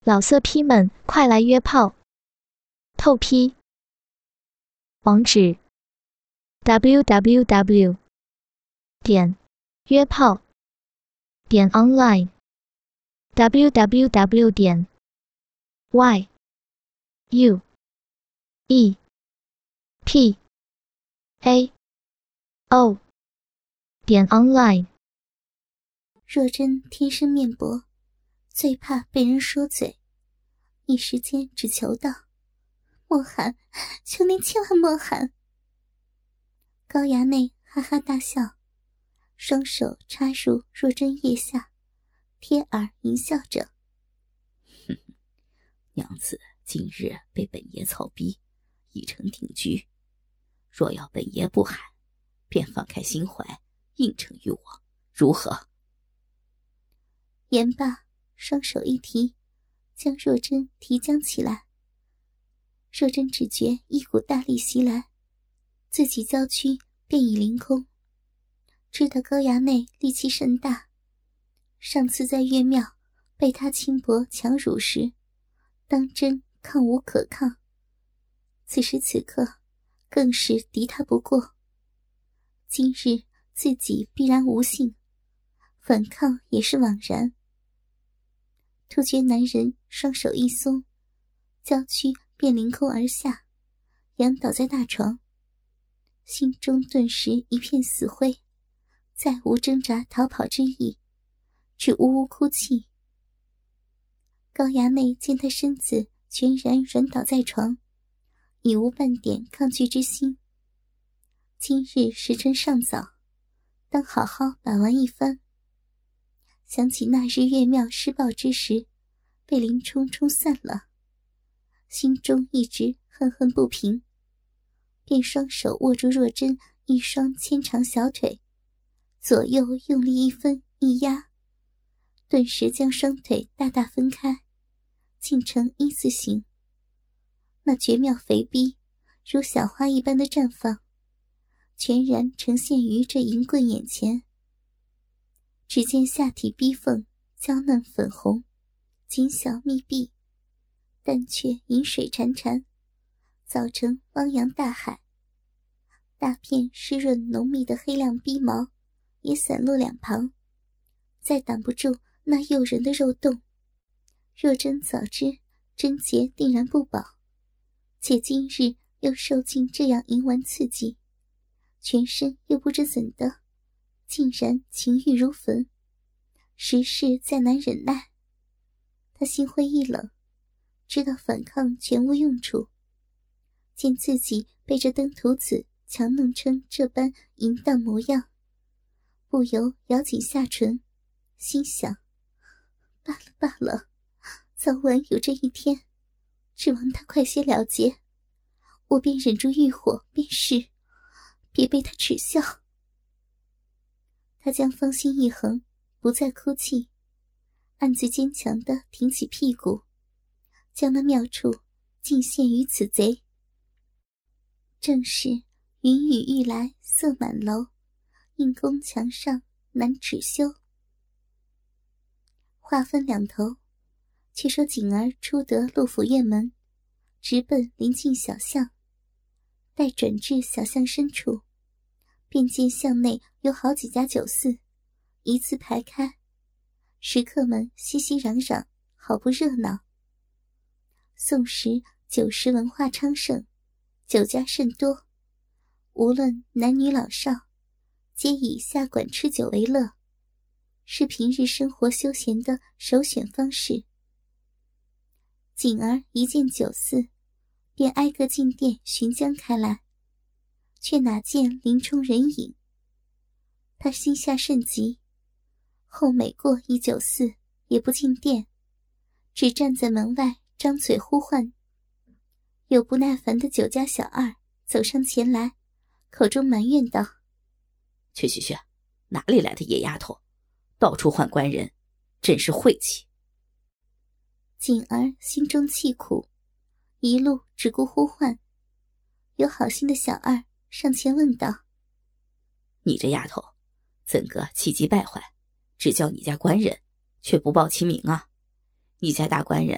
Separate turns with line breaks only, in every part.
老色批们，快来约炮！透批。网址 www.约炮.online www.yuepao.online。
若真天生面薄，最怕被人说嘴，一时间只求道：“莫喊，求您千万莫喊。”高衙内哈哈大笑，双手插入若真腋下，贴耳淫笑着：“
娘子今日被本爷操逼，已成定局。若要本爷不喊，便放开心怀，应承于我，如何？”
言罢，双手一提，将若真提将起来。若真只觉一股大力袭来，自己娇躯便已凌空，知道高衙内力气甚大，上次在岳庙被他轻薄强辱时，当真抗无可抗，此时此刻更是敌他不过。今日自己必然无幸，反抗也是枉然。突觉男人双手一松，娇躯便凌空而下，仰倒在大床，心中顿时一片死灰，再无挣扎逃跑之意，只呜呜哭泣。高衙内见他身子全然软倒在床，已无半点抗拒之心。今日时辰尚早，当好好把玩一番。想起那日岳庙施暴之时被林冲冲散了，心中一直恨恨不平，便双手握住若真一双纤长小腿，左右用力一分一压，顿时将双腿大大分开，竟成一字形。那绝妙肥逼如小花一般的绽放，全然呈现于这淫棍眼前。只见下体逼缝娇嫩粉红，紧小密闭，但却饮水潺潺，早成汪洋大海。大片湿润浓密的黑亮逼毛也散落两旁，再挡不住那诱人的肉洞。若真早知贞洁定然不保，且今日又受尽这样淫玩刺激，全身又不知怎的竟然情欲如焚，实是再难忍耐。他心灰意冷，知道反抗全无用处，见自己被这登徒子强弄成这般淫荡模样，不由咬紧下唇，心想：罢了罢了，早晚有这一天，指望他快些了结，我便忍住欲火便是，别被他耻笑。他将芳心一横，不再哭泣，暗自坚强地挺起屁股，将那妙处尽献于此贼。正是云雨欲来色满楼，硬弓墙上难止休。话分两头，却说景儿出得陆府院门，直奔临近小巷，待转至小巷深处，便见巷内有好几家酒肆一字排开，食客们熙熙攘攘，好不热闹。宋时酒食文化昌盛，酒家甚多，无论男女老少，皆以下馆吃酒为乐，是平日生活休闲的首选方式。景儿一见酒肆，便挨个进店寻将开来，却哪见林冲人影。他心下甚急，后每过一酒肆也不进店，只站在门外张嘴呼唤。有不耐烦的酒家小二走上前来，口中埋怨道：
去，哪里来的野丫头，到处唤官人，真是晦气。
景儿心中气苦，一路只顾呼唤。有好心的小二上前问道：
你这丫头怎个气急败坏，只叫你家官人，却不报其名啊？你家大官人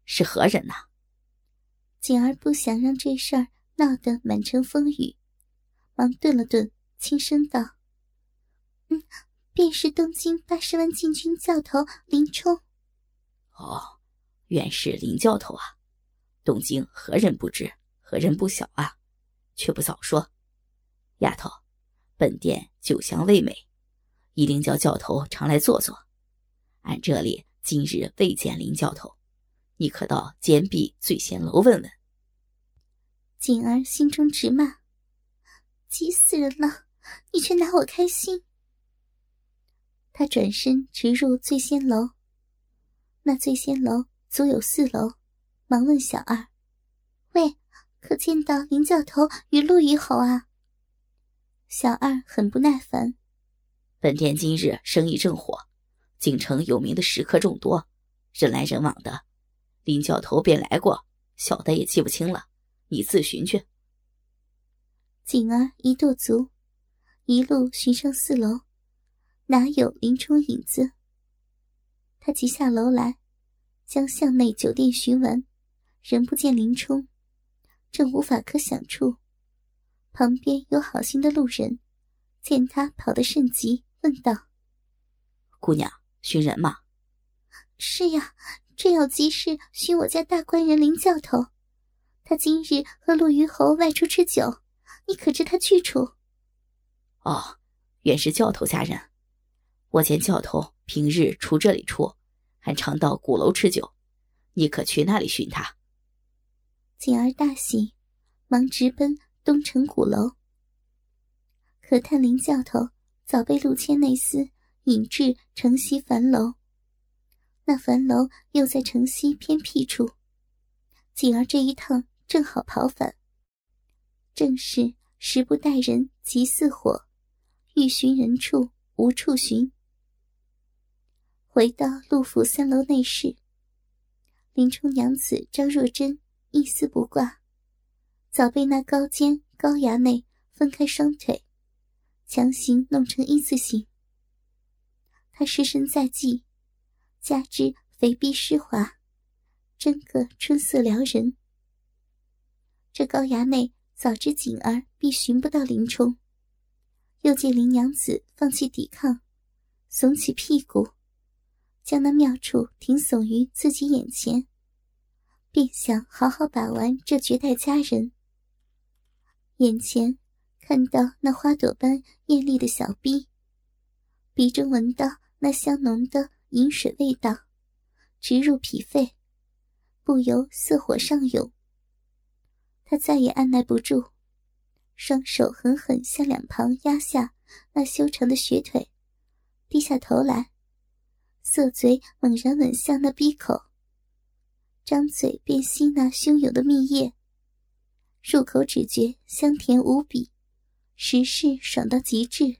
是何人呐？
锦儿不想让这事儿闹得满城风雨，忙顿了顿，轻声道：“便是东京80万禁军教头林冲。”
哦，原是林教头啊！东京何人不知，何人不晓啊？却不早说。丫头，本店酒香味美，一定叫教头常来坐坐。俺这里今日未见林教头，你可到坚壁醉仙楼问问。
锦儿心中直骂：急死人了，你却拿我开心。他转身直入醉仙楼，那醉仙楼足有4楼，忙问小二：喂，可见到林教头与陆虞侯啊？小二很不耐烦：
本店今日生意正火，京城有名的食客众多，人来人往的，林教头便来过，小的也记不清了，你自寻去。
锦儿一跺足，一路寻上4楼，哪有林冲影子？他急下楼来，将巷内酒店寻完，仍不见林冲，正无法可想处，旁边有好心的路人见他跑得甚急，问道：
姑娘，寻人吗？
是呀，正有急事寻我家大官人林教头，他今日和陆虞侯外出吃酒，你可知他去处？
哦，原是教头家人。我见教头平日出这里出，还常到鼓楼吃酒，你可去那里寻他。
锦儿大喜，忙直奔东城鼓楼。可叹林教头早被陆谦内司引至城西樊楼，那樊楼又在城西偏僻处，锦儿这一趟正好跑反，正是时不待人急似火，欲寻人处无处寻。回到陆府3楼内室，林冲娘子张若珍一丝不挂，早被那高肩高衙内分开双腿，强行弄成1字形。他尸身在即，加之肥逼湿滑，真个春色撩人。这高衙内早知锦儿必寻不到林冲，又见林娘子放弃抵抗，耸起屁股，将那妙处挺耸于自己眼前，便想好好把玩这绝代佳人。眼前看到那花朵般艳丽的小臂，鼻中闻到那香浓的饮水味道，直入脾肺，不由色火上涌。他再也按耐不住，双手狠狠向两旁压下那修长的雪腿，低下头来，色嘴猛然吻向那鼻口，张嘴便吸那汹涌的蜜液，入口只觉香甜无比，实是爽到极致。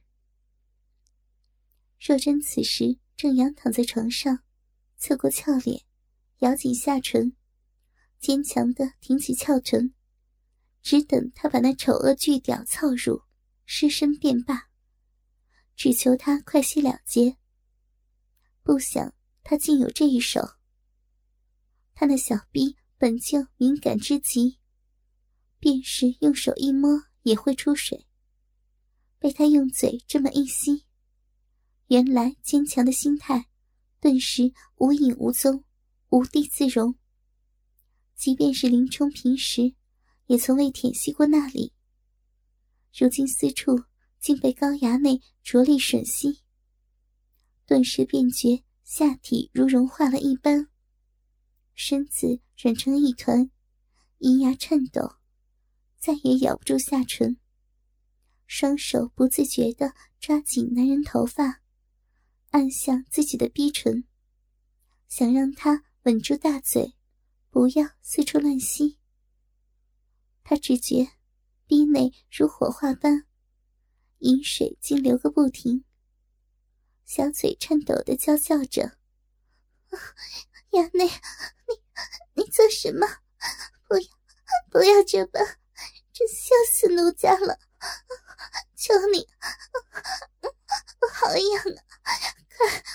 若真此时正仰躺在床上，侧过俏脸，咬紧下唇，坚强地挺起翘臀，只等他把那丑恶巨屌操入，失身便罢，只求他快些了结。不想他竟有这一手。他那小逼本就敏感之极，便是用手一摸也会出水，被他用嘴这么一吸，原来坚强的心态顿时无影无踪，无地自容。即便是林冲平时也从未舔吸过那里，如今私处竟被高衙内着力吮吸，顿时便觉下体如融化了一般，身子软成一团，银牙颤抖，再也咬不住下唇，双手不自觉地抓紧男人头发，按向自己的逼唇，想让他吻住大嘴，不要四处乱吸。他只觉逼内如火化般，饮水竟流个不停，小嘴颤抖地娇叫着：衙内，你做什么？不要这般，这笑死奴家了，求你，好痒啊，快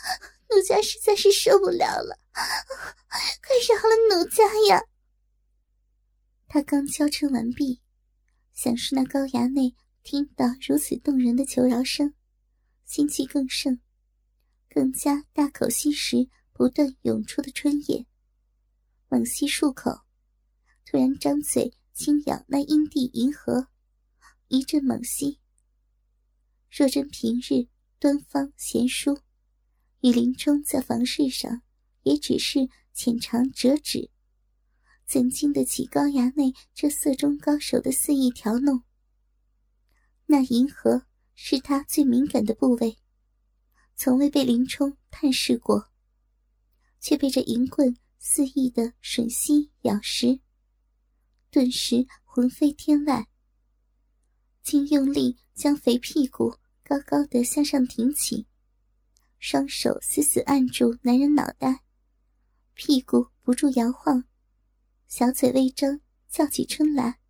奴家实在是受不了了，快饶了奴家呀！他刚娇嗔完毕，想是那高衙内听到如此动人的求饶声，心气更盛，更加大口吸食不断涌出的春液，猛吸数口，突然张嘴轻咬那阴蒂银河，一阵猛吸。若真平日端方贤淑，与林冲在房事上也只是浅尝辄止，怎经得起高衙内这色中高手的肆意调弄？那银河是他最敏感的部位，从未被林冲探视过，却被这银棍肆意的吮吸咬食，顿时魂飞天外，竟用力将肥屁股高高的向上挺起，双手死死按住男人脑袋，屁股不住摇晃，小嘴微张，叫起春来：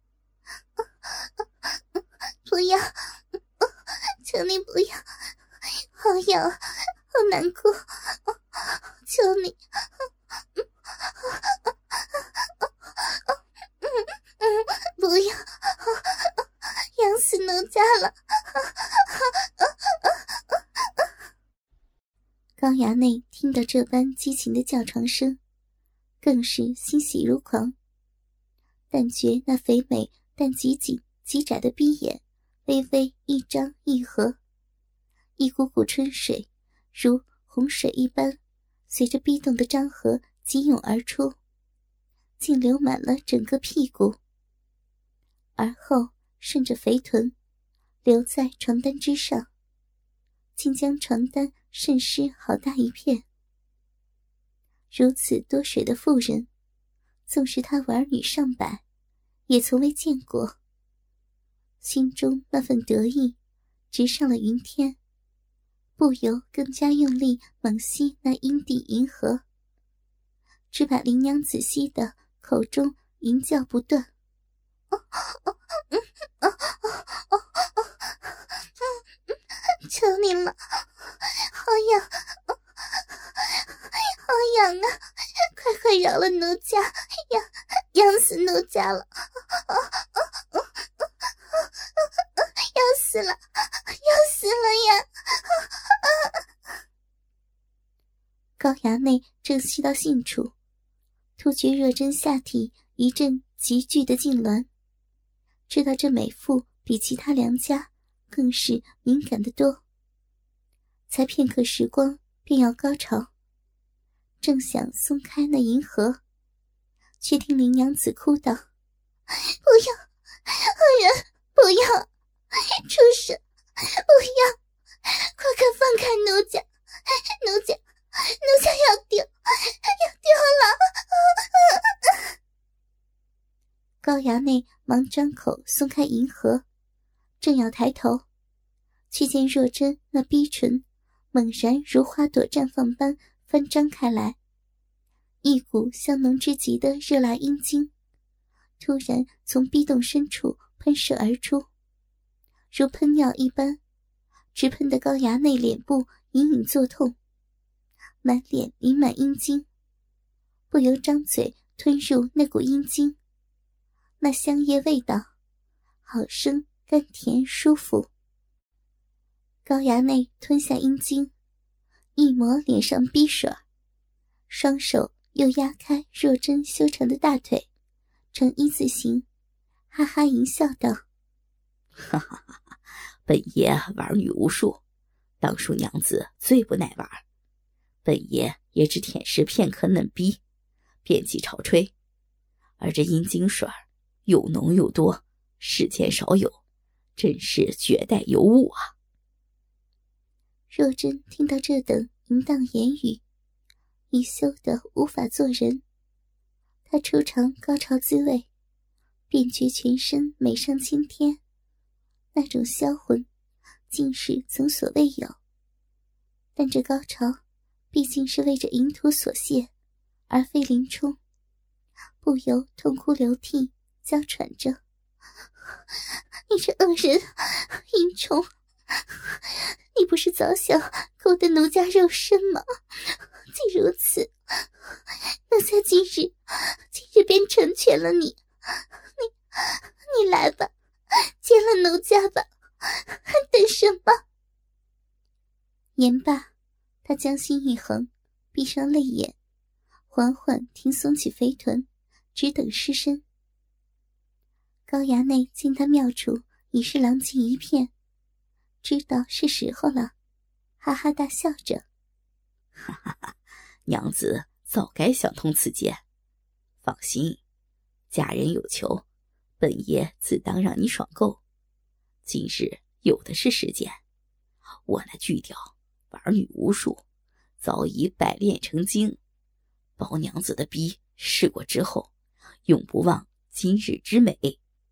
不要，求你不要，好痒，好难过，求你，不要，痒死奴家了！高衙内听到这般激情的叫床声，更是欣喜如狂，但觉那肥美但极紧极窄的逼眼微微一张一合，一股股春水如洪水一般随着逼动的张合急涌而出，竟流满了整个屁股，而后顺着肥臀流在床单之上，竟将床单渗湿好大一片。如此多水的妇人，纵是他儿女上百，也从未见过。心中那份得意直上了云天，不由更加用力猛吸那阴蒂银河，只把林娘子吸得口中吟叫不断。求你了，好痒，好痒啊，快饶了奴家，痒死奴家了，要死了，要死了呀！高衙内正吸到兴处，突觉若真下体一阵急剧的痉挛，知道这美妇比其他良家更是敏感得多，才片刻时光便要高潮，正想松开那银河，却听林娘子哭道：不要，恶人，不要，畜生，不要，快放开奴家，奴家要丢了！高衙内忙张口松开银河，正要抬头，却见若真那逼唇猛然如花朵绽放般翻张开来，一股香浓之极的热辣阴茎突然从逼洞深处喷射而出，如喷尿一般，直喷得高衙内脸部隐隐作痛，满脸弥漫阴茎，不由张嘴吞入那股阴茎，那香液味道好生甘甜舒服。高衙内吞下阴茎，一抹脸上逼水，双手又压开若真修长的大腿，呈一字形，哈哈淫笑道：
哈哈哈哈，本爷玩女无数，当属娘子最不耐玩，本爷也只舔舐片刻嫩逼，便即潮吹，而这阴茎水又浓又多，世间少有，真是绝代尤物啊！
若真听到这等淫荡言语，已羞得无法做人。她初尝高潮滋味，便觉全身美上青天，那种销魂竟是曾所未有。但这高潮毕竟是为着淫徒所泄，而非林冲，不由痛哭流涕，娇喘着：你这恶人，淫虫， 你不是早想勾得奴家肉身吗？既如此，奴家今日便成全了你。你来吧，见了奴家吧，还等什么？言罢，他将心一横，闭上泪眼，缓缓挺耸起肥臀，只等失身。高衙内见他妙处已是狼藉一片，知道是时候了，哈哈大笑着：“
哈哈哈，娘子早该想通此间。放心，家人有求，本爷自当让你爽够。今日有的是时间，我那巨雕玩女无数，早已百炼成精，包娘子的逼试过之后，永不忘今日之美。”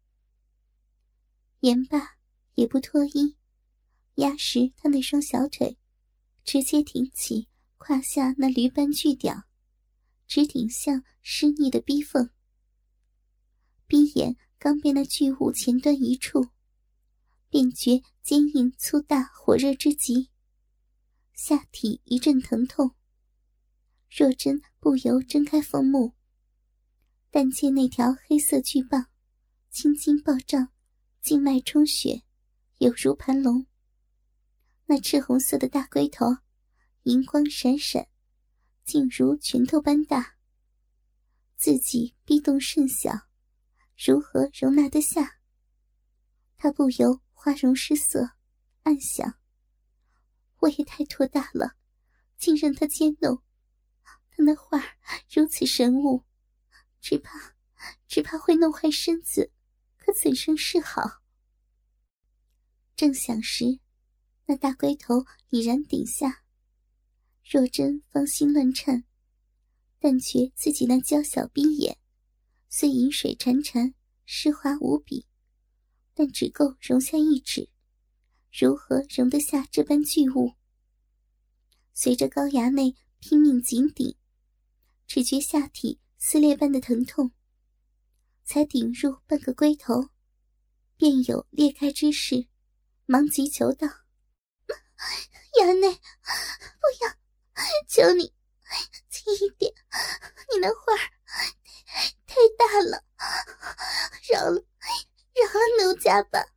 言罢，也不脱衣，压实他那双小腿，直接挺起胯下那驴般巨屌，直顶向湿腻的逼缝。逼眼刚被那巨物前端一触，便觉坚硬粗大，火热之极，下体一阵疼痛。若真不由睁开凤目，但见那条黑色巨棒青筋暴胀，静脉充血，有如盘龙。那赤红色的大龟头银光闪闪，竟如拳头般大，自己逼洞甚小，如何容纳得下？他不由花容失色，暗想：我也太托大了，竟任他奸弄。他那画如此神武，只怕会弄坏身子，可怎生是好？正想时，那大龟头已然顶下，若真芳心乱颤，但觉自己那娇小逼眼虽饮水潺潺，湿滑无比，但只够容下一指，如何容得下这般巨物？随着高衙内拼命紧顶，只觉下体撕裂般的疼痛，才顶入半个龟头，便有裂开之势，忙急求道：“衙内，不要，求你轻一点，你那画太大了，饶了奴家吧。”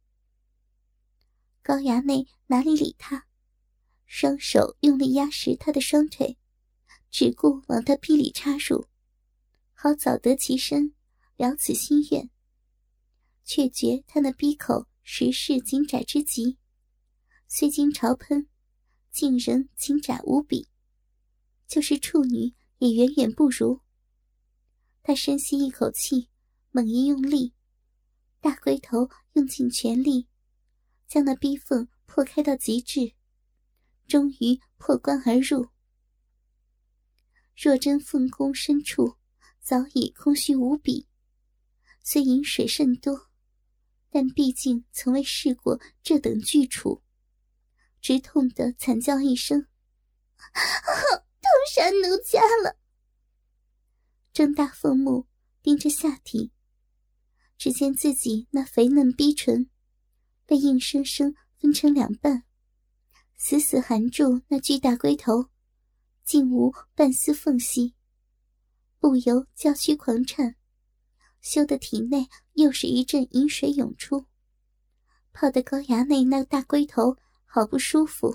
高衙内哪里理他，双手用力压实他的双腿，只顾往他逼里插入，好早得其身，了此心愿。却觉他那逼口实是紧窄之极，虽经潮喷，竟仍紧窄无比，就是处女也远远不如。他深吸一口气，猛一用力，大龟头用尽全力，将那逼缝破开到极致，终于破关而入。若真缝宫深处早已空虚无比，虽饮水甚多，但毕竟从未试过这等巨处，直痛得惨叫一声：“痛杀奴家了！”睁大凤目盯着下体，只见自己那肥嫩逼唇被硬生生分成两半，死死含住那巨大龟头，竟无半丝缝隙，不由娇躯狂颤，羞得体内又是一阵饮水涌出，泡得高衙内那大龟头好不舒服。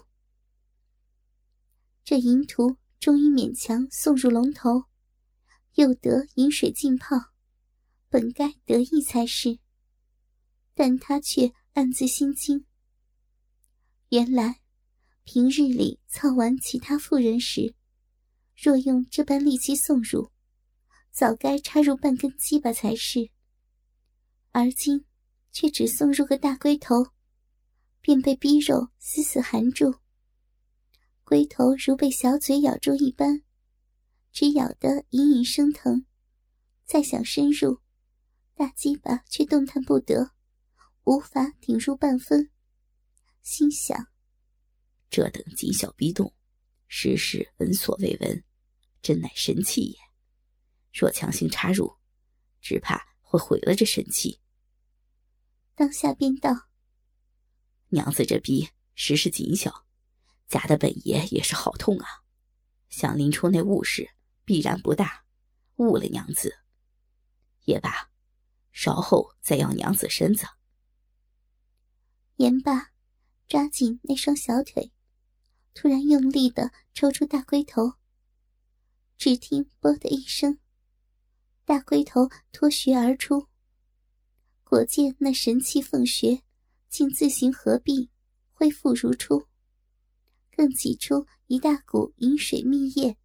这淫徒终于勉强送入龙头，又得饮水浸泡，本该得意才是，但他却暗自心惊。原来平日里操玩其他妇人时，若用这般力气送入，早该插入半根鸡巴才是，而今却只送入个大龟头，便被逼肉死死含住，龟头如被小嘴咬住一般，只咬得隐隐生疼，再想深入，大鸡巴却动弹不得，无法顶入半分。心想：
这等紧小逼洞，实是闻所未闻，真乃神器也。若强行插入，只怕会毁了这神器。
当下便道：“
娘子这逼实是紧小，家的本爷也是好痛啊，想临出那误事必然不大，误了娘子。也罢，稍后再要娘子身子。
言罢，抓紧那双小腿，突然用力地抽出大龟头。只听“啵”的一声，大龟头脱穴而出。果见那神气凤穴竟自行合闭，恢复如初，更挤出一大股饮水蜜液。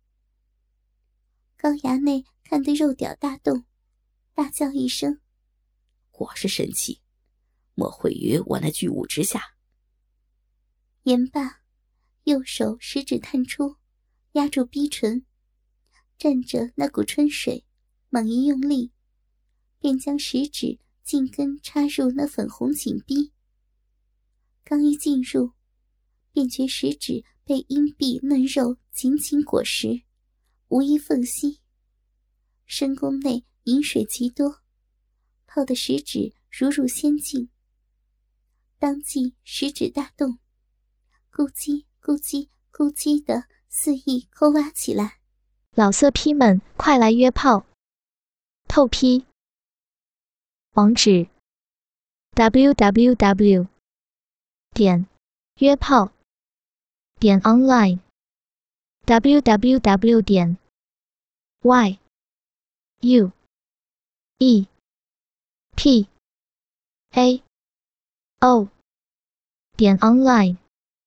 高衙内看得肉屌大动，大叫一声：“
果是神气，莫毁于我那巨物之下。”
言罢，右手食指探出，压住逼唇，蘸着那股春水，猛一用力，便将食指尽根插入那粉红紧逼。刚一进入，便觉食指被阴壁嫩肉紧紧裹实，无一缝隙。深宫内饮水极多，泡的食指如入仙境。当即食指大动，咕叽咕叽咕叽的肆意抠挖起来。
老色批们，快来约炮！透批。网址 www.约炮.online www.yuepao.online